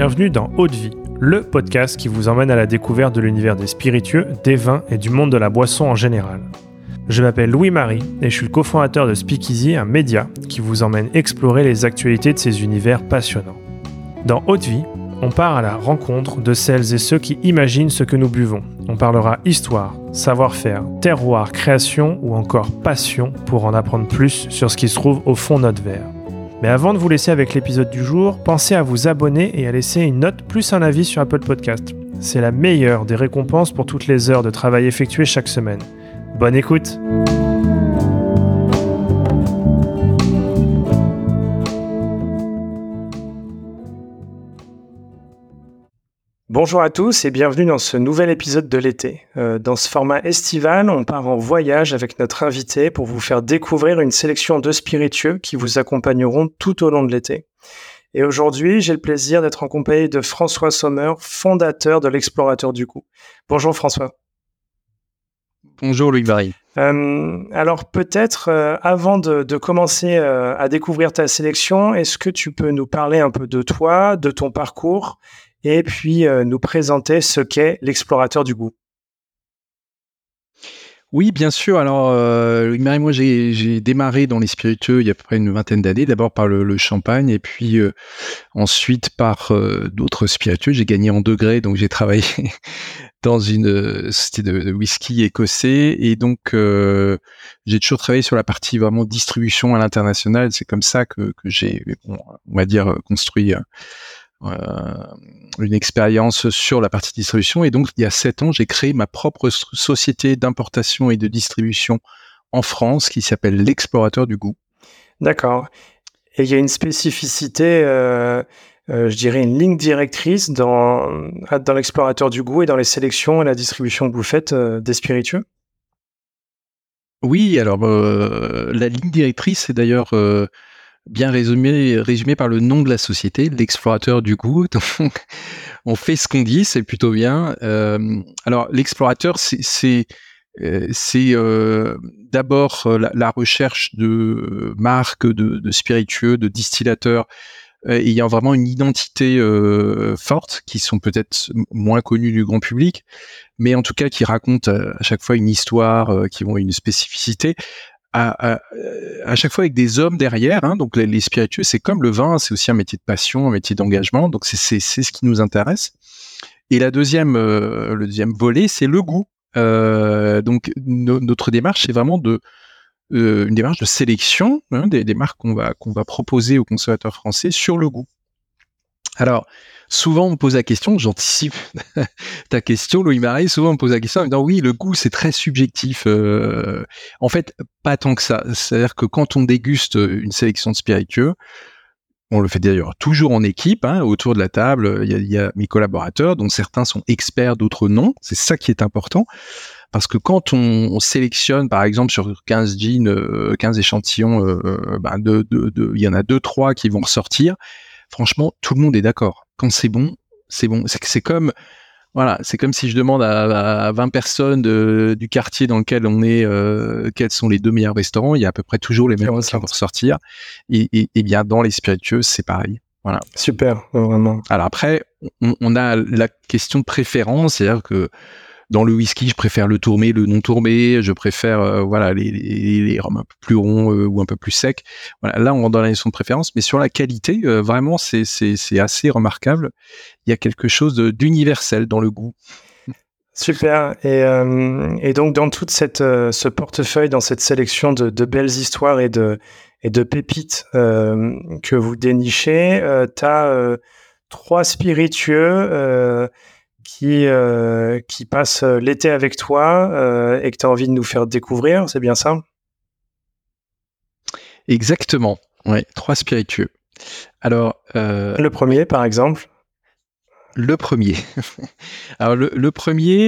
Bienvenue dans Eau de Vie, le podcast qui vous emmène à la découverte de l'univers des spiritueux, des vins et du monde de la boisson en général. Je m'appelle Louis-Marie et je suis le cofondateur de Speakeasy, un média qui vous emmène explorer les actualités de ces univers passionnants. Dans Eau de Vie, on part à la rencontre de celles et ceux qui imaginent ce que nous buvons. On parlera histoire, savoir-faire, terroir, création ou encore passion pour en apprendre plus sur ce qui se trouve au fond de notre verre. Mais avant de vous laisser avec l'épisode du jour, pensez à vous abonner et à laisser une note plus un avis sur Apple Podcast. C'est la meilleure des récompenses pour toutes les heures de travail effectuées chaque semaine. Bonne écoute! Bonjour à tous et bienvenue dans ce nouvel épisode de l'été. Dans ce format estival, on part en voyage avec notre invité pour vous faire découvrir une sélection de spiritueux qui vous accompagneront tout au long de l'été. Et aujourd'hui, j'ai le plaisir d'être en compagnie de François Sommer, fondateur de l'Explorateur du Goût. Bonjour François. Bonjour Louis-Marie. Alors peut-être, avant de commencer à découvrir ta sélection, est-ce que tu peux nous parler un peu de toi, de ton parcours et puis nous présenter ce qu'est l'Explorateur du Goût? Oui, bien sûr. Alors, Louis-Marie, moi, j'ai démarré dans les spiritueux il y a à peu près une vingtaine d'années, d'abord par le champagne et puis ensuite par d'autres spiritueux. J'ai gagné en degrés, donc j'ai travaillé dans une société de whisky écossais et donc j'ai toujours travaillé sur la partie vraiment distribution à l'international. C'est comme ça que j'ai, on va dire, construit une expérience sur la partie distribution. Et donc, il y a 7 ans, j'ai créé ma propre société d'importation et de distribution en France qui s'appelle l'Explorateur du Goût. D'accord. Et il y a une spécificité, je dirais une ligne directrice dans l'Explorateur du Goût et dans les sélections et la distribution que vous faites des spiritueux? Oui, alors la ligne directrice, c'est d'ailleurs bien résumé par le nom de la société, l'Explorateur du Goût. Donc, on fait ce qu'on dit, c'est plutôt bien. Alors, l'explorateur, c'est d'abord la recherche de marques, de spiritueux, de distillateurs, ayant vraiment une identité forte, qui sont peut-être moins connues du grand public, mais en tout cas qui racontent à chaque fois une histoire, qui ont une spécificité. À chaque fois avec des hommes derrière, hein, donc les spiritueux, c'est comme le vin, c'est aussi un métier de passion, un métier d'engagement, donc c'est ce qui nous intéresse. Et le deuxième volet, c'est le goût. Donc notre démarche, c'est vraiment une démarche de sélection, hein, des marques qu'on va proposer aux consommateurs français sur le goût. Alors, souvent on me pose la question, j'anticipe ta question, Louis-Marie, souvent on me pose la question en me disant oui, le goût c'est très subjectif. En fait, pas tant que ça. C'est-à-dire que quand on déguste une sélection de spiritueux, on le fait d'ailleurs toujours en équipe, hein, autour de la table, il y a mes collaborateurs, dont certains sont experts, d'autres non. C'est ça qui est important. Parce que quand on sélectionne, par exemple, sur 15 jeans, 15 échantillons, il y en a 2-3 qui vont ressortir. Franchement, tout le monde est d'accord. Quand c'est bon, c'est bon. C'est comme, voilà, c'est comme si je demande à 20 personnes du quartier dans lequel on est, quels sont les 2 meilleurs restaurants. Il y a à peu près toujours les mêmes qui vont ressortir. Et bien, dans les spiritueux, c'est pareil. Voilà. Super, vraiment. Alors après, on a la question de préférence, c'est-à-dire que dans le whisky, je préfère le tourmé, le non tourmé. Je préfère les rhums un peu plus ronds ou un peu plus secs. Voilà, là, on rentre dans la notion de préférence. Mais sur la qualité, vraiment, c'est assez remarquable. Il y a quelque chose d'universel dans le goût. Super. Et donc, dans toute ce portefeuille, dans cette sélection de belles histoires et de pépites que vous dénichez, tu as 3 spiritueux qui passe l'été avec toi et que tu as envie de nous faire découvrir, c'est bien ça? Exactement, ouais, 3 spiritueux. Alors, le premier, par exemple? Le premier. Alors, le premier,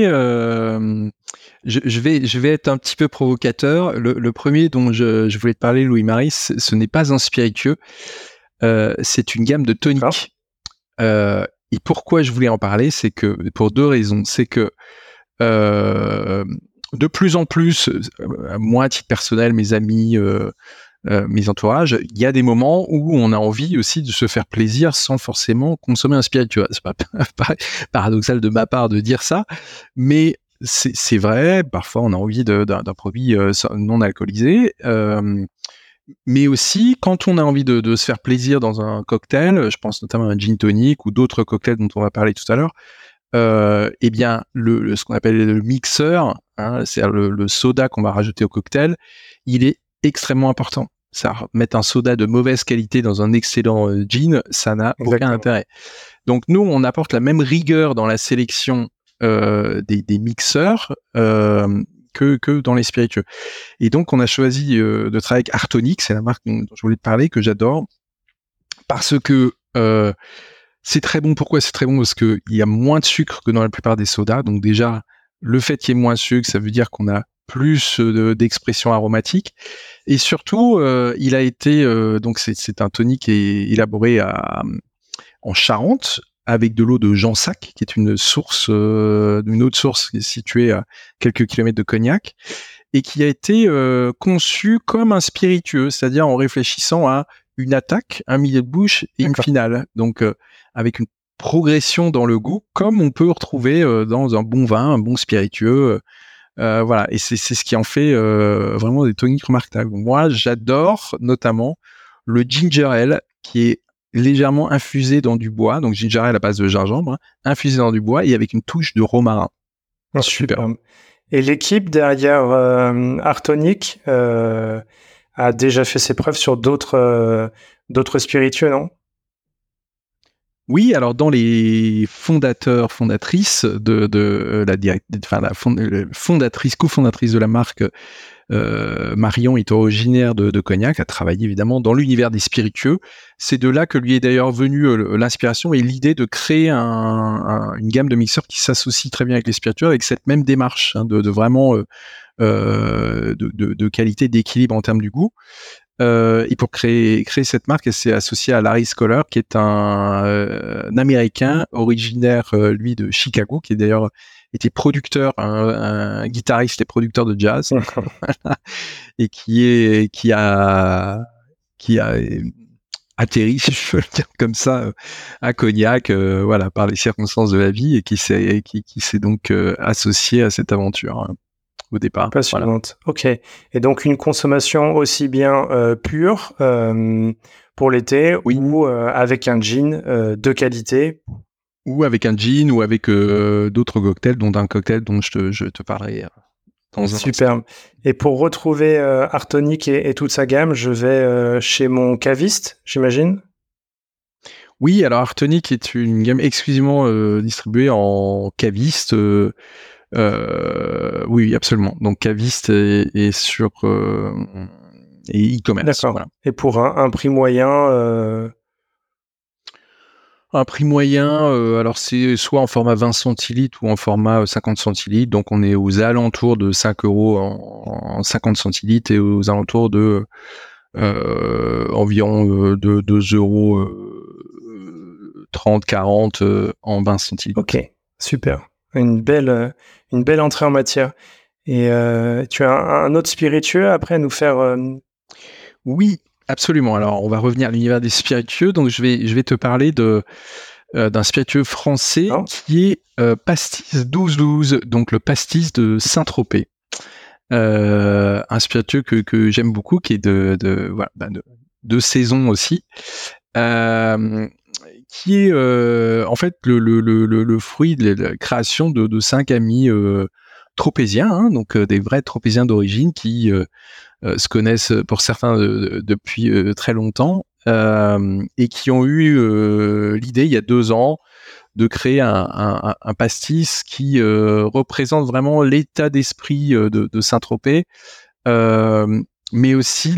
je vais être un petit peu provocateur. Le premier dont je voulais te parler, Louis-Marie, ce n'est pas un spiritueux, c'est une gamme de toniques. Et pourquoi je voulais en parler, c'est que pour 2 raisons. C'est que de plus en plus, moi à titre personnel, mes amis, mes entourages, il y a des moments où on a envie aussi de se faire plaisir sans forcément consommer un spiritueux. C'est pas paradoxal de ma part de dire ça, mais c'est vrai. Parfois, on a envie d'un produit non alcoolisé. Mais aussi, quand on a envie de se faire plaisir dans un cocktail, je pense notamment à un gin tonic ou d'autres cocktails dont on va parler tout à l'heure, eh bien, ce qu'on appelle le mixeur, hein, c'est-à-dire le soda qu'on va rajouter au cocktail, il est extrêmement important. Ça, mettre un soda de mauvaise qualité dans un excellent gin, ça n'a aucun intérêt. Donc nous, on apporte la même rigueur dans la sélection des mixeurs que dans les spiritueux. Et donc, on a choisi de travailler avec Artonic, c'est la marque dont je voulais te parler, que j'adore, parce que c'est très bon. Pourquoi c'est très bon? Parce qu'il y a moins de sucre que dans la plupart des sodas. Donc déjà, le fait qu'il y ait moins de sucre, ça veut dire qu'on a plus d'expression aromatique. Et surtout, il a été... donc c'est un tonic élaboré en Charente, avec de l'eau de Jansac, qui est une autre source qui est située à quelques kilomètres de Cognac, et qui a été conçu comme un spiritueux, c'est-à-dire en réfléchissant à une attaque, un milieu de bouche et une finale. Donc, avec une progression dans le goût, comme on peut retrouver dans un bon vin, un bon spiritueux. Voilà, et c'est ce qui en fait vraiment des toniques remarquables. Moi, j'adore notamment le ginger ale, qui est légèrement infusé dans du bois, donc ginger ale à base de gingembre, hein, infusé dans du bois et avec une touche de romarin. Oh, super. Et l'équipe derrière Artonic a déjà fait ses preuves sur d'autres spiritueux, non? Oui, alors dans les fondatrices cofondatrice de la marque, Marion est originaire de Cognac, a travaillé évidemment dans l'univers des spiritueux. C'est de là que lui est d'ailleurs venue l'inspiration et l'idée de créer une gamme de mixeurs qui s'associe très bien avec les spiritueux, avec cette même démarche de vraiment de qualité, d'équilibre en termes du goût. Et pour créer cette marque, elle s'est associée à Larry Scholar, qui est un Américain originaire, lui, de Chicago, qui est d'ailleurs était producteur, un guitariste et producteur de jazz, et qui a atterri, si je peux le dire comme ça, à Cognac, voilà, par les circonstances de la vie, et qui s'est donc associé à cette aventure. Hein. Au départ. Passionnante. Voilà. Ok. Et donc une consommation aussi bien pure pour l'été ou avec un gin de qualité. Ou avec un gin ou avec d'autres cocktails, dont un cocktail dont je te parlerai dans un Superbe. Et pour retrouver Artonic et toute sa gamme, je vais chez mon caviste, j'imagine. Oui, alors Artonic est une gamme exclusivement distribuée en caviste. Oui, absolument. Donc caviste et sur et e-commerce. D'accord. Voilà. Et pour un prix moyen Un prix moyen, alors c'est soit en format 20 centilitres ou en format 50 centilitres. Donc on est aux alentours de 5 € en 50 centilitres et aux alentours de environ de 2 € 30-40 en 20 centilitres. Ok, super. Une belle entrée en matière. Et tu as un autre spiritueux après à nous faire Oui, absolument. Alors, on va revenir à l'univers des spiritueux. Donc, je vais te parler d'un spiritueux français qui est Pastis 12-12, donc le pastis de Saint-Tropez. Un spiritueux que j'aime beaucoup, qui est de saison aussi. Qui est en fait le fruit de la création de 5 amis tropéziens, hein, donc des vrais tropéziens d'origine qui se connaissent pour certains depuis très longtemps et qui ont eu l'idée il y a 2 ans de créer un pastis qui représente vraiment l'état d'esprit de Saint-Tropez, mais aussi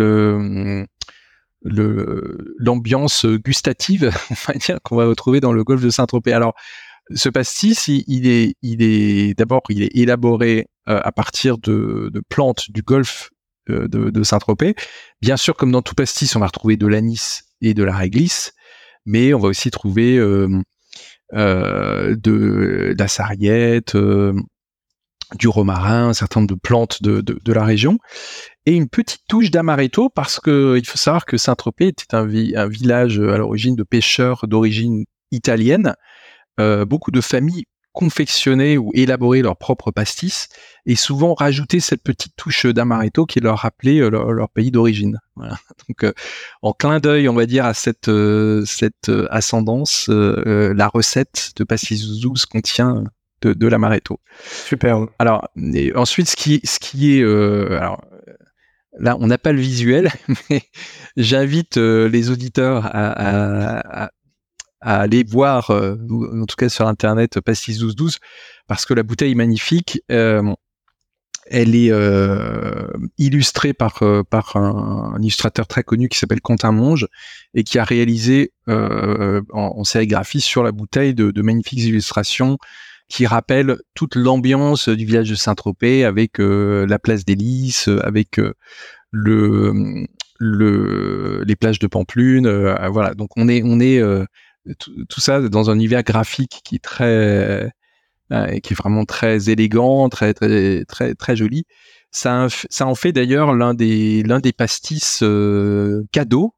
l'ambiance gustative, on va dire, qu'on va retrouver dans le golfe de Saint-Tropez. Alors, ce pastis, il est élaboré à partir de plantes du golfe de Saint-Tropez. Bien sûr, comme dans tout pastis, on va retrouver de l'anis et de la réglisse, mais on va aussi trouver de la sarriette, du romarin, un certain nombre de plantes de la région, et une petite touche d'amaretto parce que il faut savoir que Saint-Tropez était un village à l'origine de pêcheurs d'origine italienne. Beaucoup de familles confectionnaient ou élaboraient leurs propres pastis et souvent rajoutaient cette petite touche d'amaretto qui leur rappelait leur pays d'origine. Voilà. Donc, en clin d'œil, on va dire, à cette ascendance, la recette de pastis zouzous contient de l'amaretto. Superbe. Alors, et ensuite, ce qui est, alors là, on n'a pas le visuel, mais j'invite les auditeurs à aller voir, en tout cas sur internet, Pastis 1212, parce que la bouteille est magnifique. Elle est illustrée par un illustrateur très connu qui s'appelle Quentin Monge et qui a réalisé en sérigraphie sur la bouteille de magnifiques illustrations qui rappellent toute l'ambiance du village de Saint-Tropez avec la place des Lys, avec les plages de Pampelune. Voilà, donc on est tout ça dans un univers graphique qui est vraiment très élégant, très très très très joli. Ça en fait d'ailleurs l'un des pastis cadeaux.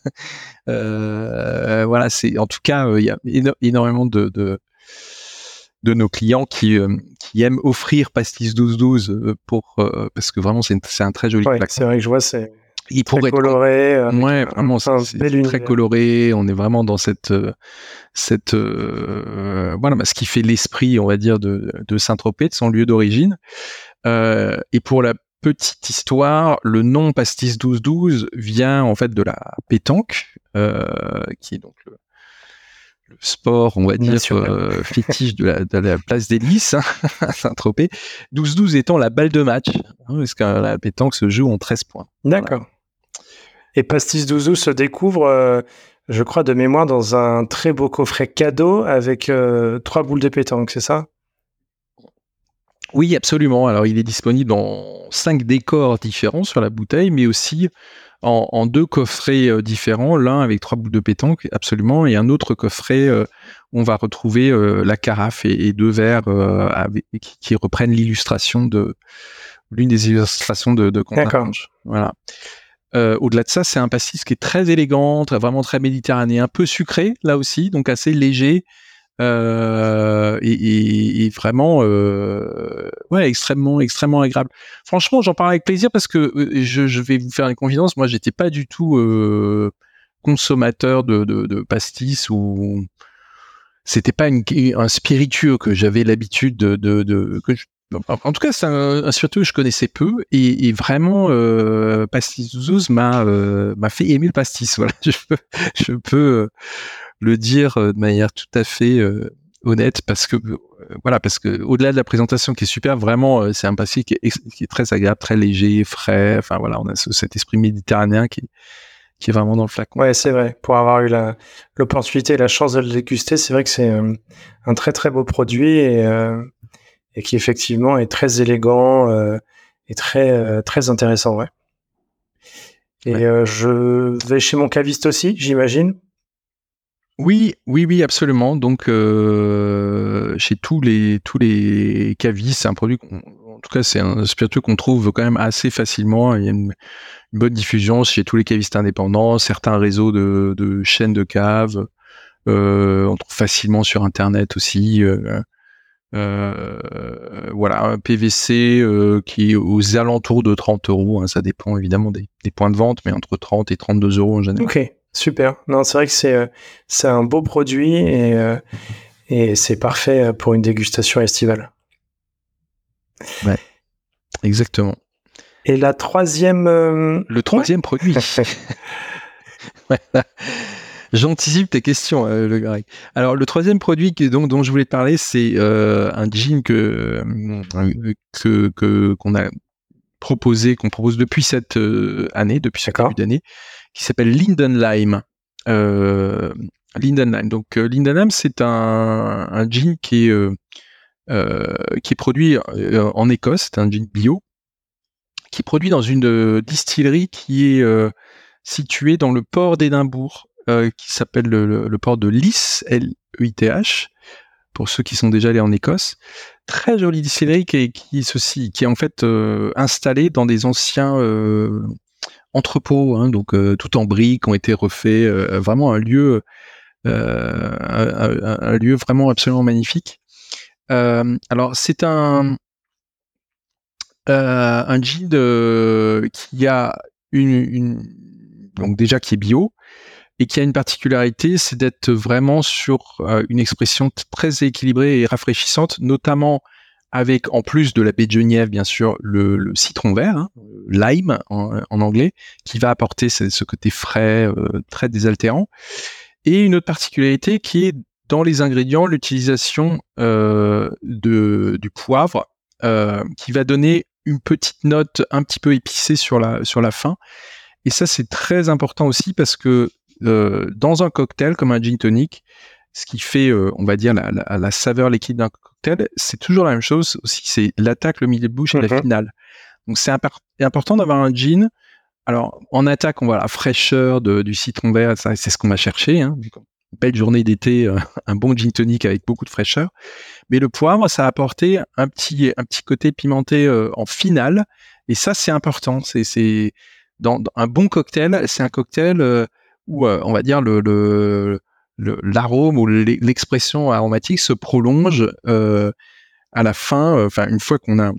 Voilà, c'est en tout cas il y a énormément de nos clients qui aiment offrir Pastis 1212 parce que vraiment c'est un très joli plat. C'est vrai que je vois, c'est très coloré. Ouais, vraiment c'est très coloré. On est vraiment dans cette voilà, ce qui fait l'esprit, on va dire, de Saint-Tropez, de son lieu d'origine. Et pour la petite histoire, le nom Pastis 1212 vient en fait de la pétanque, qui est donc le sport, on va dire, fétiche de la place des Lys, à Saint-Tropez. 12-12 étant la balle de match, parce que la pétanque se joue en 13 points. D'accord. Voilà. Et Pastis 12-12 se découvre, je crois, de mémoire, dans un très beau coffret cadeau avec 3 boules de pétanque, c'est ça ? Oui, absolument. Alors, il est disponible dans 5 décors différents sur la bouteille, mais aussi en 2 coffrets différents, l'un avec 3 boules de pétanque, absolument, et un autre coffret où on va retrouver la carafe et 2 verres qui reprennent l'illustration de l'une des illustrations de Quentin Monge. Voilà. Au-delà de ça, c'est un pastis qui est très élégant, vraiment très méditerranéen, un peu sucré là aussi, donc assez léger. Et vraiment extrêmement agréable. Franchement, j'en parle avec plaisir parce que je vais vous faire une confidence. Moi, j'étais pas du tout consommateur de pastis, ou c'était pas un spiritueux que j'avais l'habitude en tout cas, c'est un spiritueux que je connaissais peu, et vraiment Pastis 12 m'a fait aimer le pastis. Voilà, je peux le dire de manière tout à fait honnête, parce que au-delà de la présentation qui est super, vraiment c'est un pastis qui est très agréable, très léger, frais. Enfin voilà, on a cet esprit méditerranéen qui est vraiment dans le flacon. Ouais, c'est vrai. Pour avoir eu l'opportunité et la chance de le déguster, c'est vrai que c'est un très très beau produit, et qui effectivement est très élégant et très très intéressant, ouais. Et je vais chez mon caviste aussi, j'imagine. Oui, absolument. Donc chez tous les cavistes, c'est un produit en tout cas c'est un spiritueux qu'on trouve quand même assez facilement. Il y a une bonne diffusion chez tous les cavistes indépendants, certains réseaux de chaînes de caves. On trouve facilement sur internet aussi. Voilà, un PVC qui est aux alentours de 30 €. Ça dépend évidemment des points de vente, mais entre 30 et 32 € en général. Ok, super. Non, c'est vrai que c'est un beau produit, et c'est parfait pour une dégustation estivale. Ouais, exactement. Et la troisième... Le troisième produit. Voilà. J'anticipe tes questions, le Greg. Alors, le troisième produit dont je voulais te parler, c'est un gin qu'on a qu'on propose depuis cette année, depuis ce début d'année, qui s'appelle Linden Lime. Linden Lime. Donc, Linden Lime, c'est un gin qui est produit en Écosse. C'est un gin bio qui est produit dans une distillerie qui est située dans le port d'Édimbourg, qui s'appelle le port de Lys, Leth, pour ceux qui sont déjà allés en Écosse. Très jolie distillerie qui est en fait installée dans des anciens entrepôts, hein, donc tout en briques, ont été refaits. Vraiment un lieu vraiment absolument magnifique. Alors c'est un gin qui a donc déjà qui est bio et qui a une particularité, c'est d'être vraiment sur une expression très équilibrée et rafraîchissante, notamment avec, en plus de la baie de Genièvre, bien sûr, le citron vert, hein, lime en anglais, qui va apporter ce côté frais, très désaltérant. Et une autre particularité qui est dans les ingrédients, l'utilisation du poivre, qui va donner une petite note un petit peu épicée sur la fin. Et ça, c'est très important aussi parce que dans un cocktail comme un gin tonic, ce qui fait, on va dire, la saveur liquide d'un cocktail, c'est toujours la même chose aussi, c'est l'attaque, le milieu de bouche et la finale. Donc c'est important d'avoir un gin. Alors en attaque, on voit la fraîcheur du citron vert, ça, c'est ce qu'on va chercher, hein. Une belle journée d'été, un bon gin tonic avec beaucoup de fraîcheur. Mais le poivre, ça a apporté un petit côté pimenté en finale, et ça c'est important. C'est dans un bon cocktail, c'est un cocktail où on va dire l'arôme ou l'expression aromatique se prolonge à la fin. Enfin, une fois qu'on a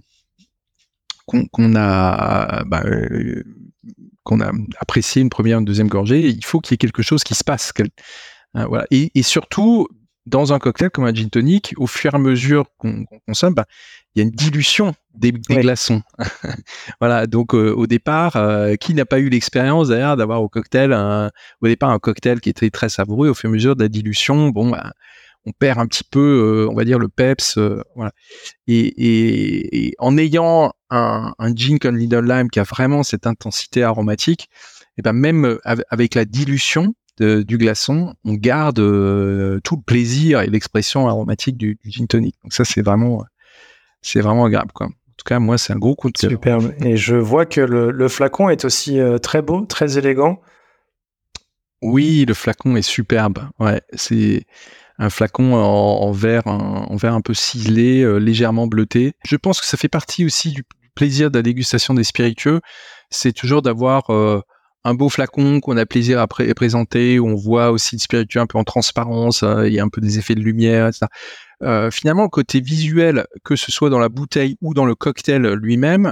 apprécié une première, une deuxième gorgée, il faut qu'il y ait quelque chose qui se passe. Voilà. Et surtout, dans un cocktail comme un gin tonic, au fur et à mesure qu'on consomme, il y a une dilution des glaçons. Voilà. Donc, au départ, qui n'a pas eu l'expérience d'ailleurs d'avoir au départ un cocktail qui était très savoureux, au fur et à mesure de la dilution, on perd un petit peu, on va dire, le peps. Voilà. Et en ayant un gin comme Little Lime qui a vraiment cette intensité aromatique, et même avec la dilution du glaçon, on garde tout le plaisir et l'expression aromatique du gin tonic. Donc ça, c'est vraiment agréable, quoi. En tout cas, moi, c'est un gros coup de cœur. Superbe. Et je vois que le flacon est aussi très beau, très élégant. Oui, le flacon est superbe. Ouais, c'est un flacon en verre, en verre un peu ciselé, légèrement bleuté. Je pense que ça fait partie aussi du plaisir de la dégustation des spiritueux. C'est toujours d'avoir un beau flacon qu'on a plaisir à présenter, où on voit aussi le spiritueux un peu en transparence, il y a un peu des effets de lumière, etc. Finalement, le côté visuel, que ce soit dans la bouteille ou dans le cocktail lui-même,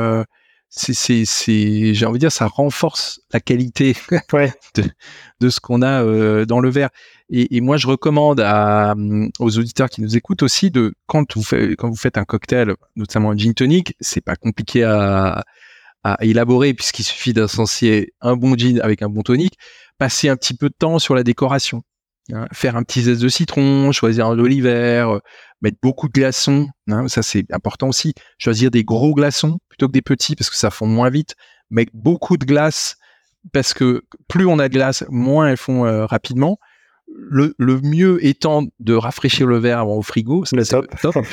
j'ai envie de dire, ça renforce la qualité de ce qu'on a dans le verre. Et moi, je recommande aux auditeurs qui nous écoutent aussi quand vous faites un cocktail, notamment un gin tonic, c'est pas compliqué à élaborer puisqu'il suffit d'associer un bon gin avec un bon tonic, passer un petit peu de temps sur la décoration. Hein, faire un petit zeste de citron, choisir un joli verre, mettre beaucoup de glaçons, hein, ça c'est important aussi, choisir des gros glaçons plutôt que des petits parce que ça fond moins vite, mettre beaucoup de glace parce que plus on a de glace, moins elles font rapidement. Le mieux étant de rafraîchir le verre avant au frigo, c'est top.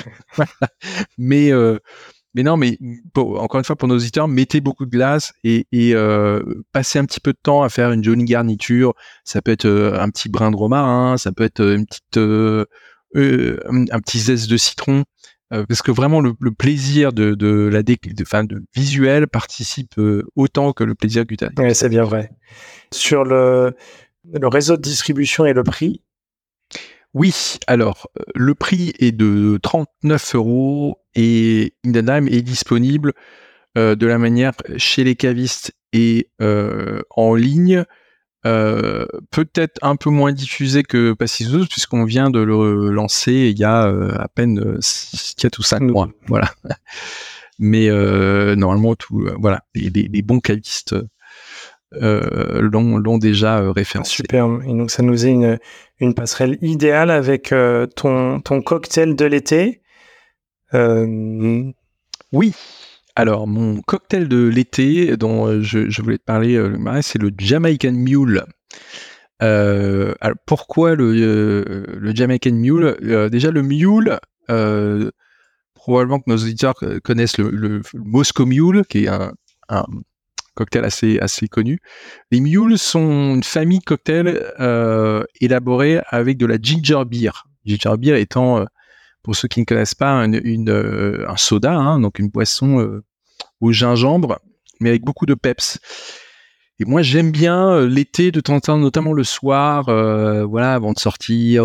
Mais encore une fois, pour nos auditeurs, mettez beaucoup de glace et passez un petit peu de temps à faire une jolie garniture. Ça peut être un petit brin de romarin, ça peut être un petit zeste de citron, parce que vraiment le plaisir de visuel participe autant que le plaisir gustatif. Oui, c'est bien vrai. Sur le réseau de distribution et le prix. Oui, alors le prix est de 39 € et Indenheim est disponible de la manière chez les cavistes et en ligne, peut-être un peu moins diffusé que Pastis Autres puisqu'on vient de le lancer il y a à peine 4 ou 5 mois. Voilà. Mais normalement, les bons cavistes l'ont déjà référencé. Superbe. Et donc ça nous est une passerelle idéale avec ton cocktail de l'été. Oui. Alors mon cocktail de l'été dont je voulais te parler, c'est le Jamaican Mule. Alors pourquoi le Jamaican Mule? Déjà le Mule, probablement que nos auditeurs connaissent le Moscow Mule, qui est un cocktail assez connu. Les mules sont une famille cocktail élaborée avec de la ginger beer. ginger beer étant, pour ceux qui ne connaissent pas, un soda, hein, donc une boisson au gingembre, mais avec beaucoup de peps. Et moi, j'aime bien l'été de temps en temps, notamment le soir, voilà, avant de sortir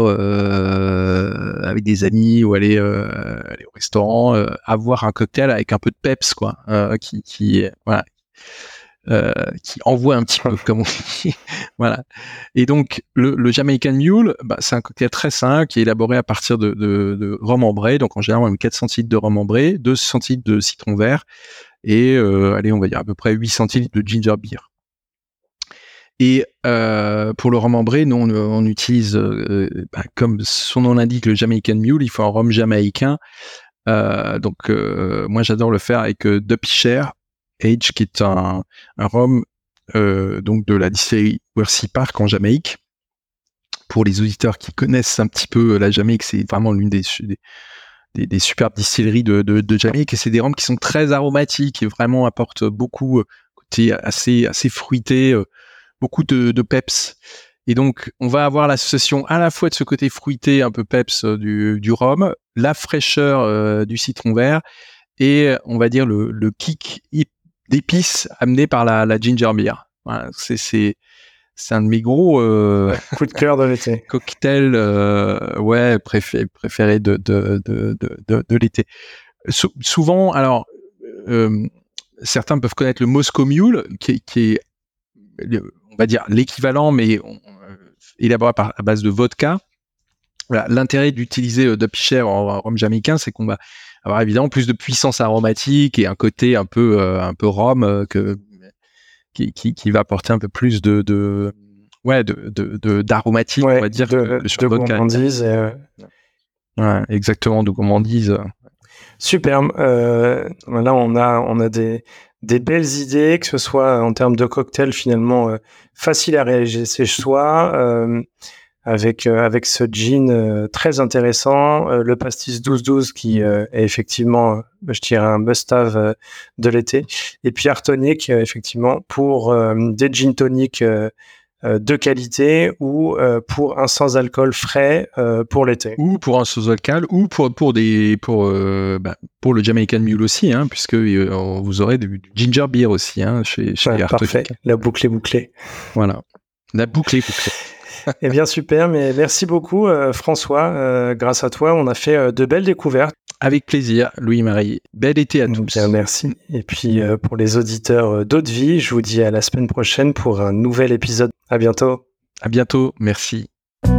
avec des amis ou aller au restaurant, avoir un cocktail avec un peu de peps, quoi, voilà, qui envoie un petit peu, comme on dit. Voilà. Et donc, le Jamaican Mule, c'est un cocktail très simple qui est élaboré à partir de rhum ambré. Donc, en général, on met 4 centilitres de rhum ambré, 2 centilitres de citron vert et, allez, on va dire à peu près 8 centilitres de ginger beer. Et pour le rhum ambré, nous on utilise, comme son nom l'indique, le Jamaican Mule. Il faut un rhum jamaïcain. Donc moi j'adore le faire avec Dubpisher Age, qui est un rhum donc de la distillerie Wersey Park en Jamaïque. Pour les auditeurs qui connaissent un petit peu la Jamaïque, c'est vraiment l'une des superbes distilleries de Jamaïque, et c'est des rhums qui sont très aromatiques et vraiment apportent beaucoup côté assez fruité. Beaucoup de peps. Et donc, on va avoir l'association à la fois de ce côté fruité, un peu peps du rhum, la fraîcheur du citron vert, et on va dire le kick d'épices amené par la ginger beer. Voilà, c'est un de mes gros coup de cœur de l'été. Cocktails préférés de l'été. Souvent, alors, certains peuvent connaître le Moscow Mule, qui est on va dire l'équivalent, mais élaboré à base de vodka. Voilà, l'intérêt d'utiliser Dubpisher en rhum jamaïcain, c'est qu'on va avoir évidemment plus de puissance aromatique et un côté un peu rhum qui va apporter un peu plus d'aromatique, on va dire, que sur de vodka. Gourmandise. Ouais, exactement, de gourmandise. Superbe. Là, on a des belles idées, que ce soit en termes de cocktail finalement facile à réaliser chez soi, avec ce gin très intéressant, le pastis 12-12 qui est effectivement, je dirais, un must-have de l'été, et puis Art Tonic effectivement pour des gin tonic de qualité, ou pour un sans alcool frais pour l'été, ou pour un sans alcool, ou pour le Jamaican Mule aussi, hein, puisque vous aurez du ginger beer aussi, hein, chez Art parfait. Tonic. La boucle est bouclée. Voilà, la boucle est bouclée. Eh bien, super, mais merci beaucoup François, grâce à toi on a fait de belles découvertes. Avec plaisir, Louis-Marie. Bel été à tous. Bien, merci. Et puis pour les auditeurs d'Eau de Vie, je vous dis à la semaine prochaine pour un nouvel épisode. À bientôt. À bientôt, merci.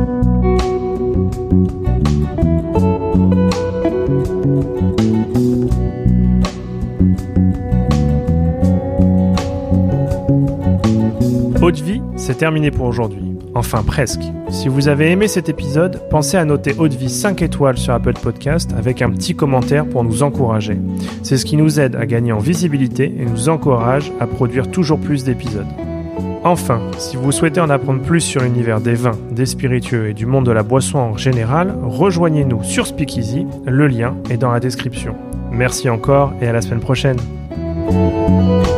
Eau de Vie, c'est terminé pour aujourd'hui. Enfin, presque. Si vous avez aimé cet épisode, pensez à noter Eau de Vie 5 étoiles sur Apple Podcast avec un petit commentaire pour nous encourager. C'est ce qui nous aide à gagner en visibilité et nous encourage à produire toujours plus d'épisodes. Enfin, si vous souhaitez en apprendre plus sur l'univers des vins, des spiritueux et du monde de la boisson en général, rejoignez-nous sur Speakeasy, le lien est dans la description. Merci encore et à la semaine prochaine.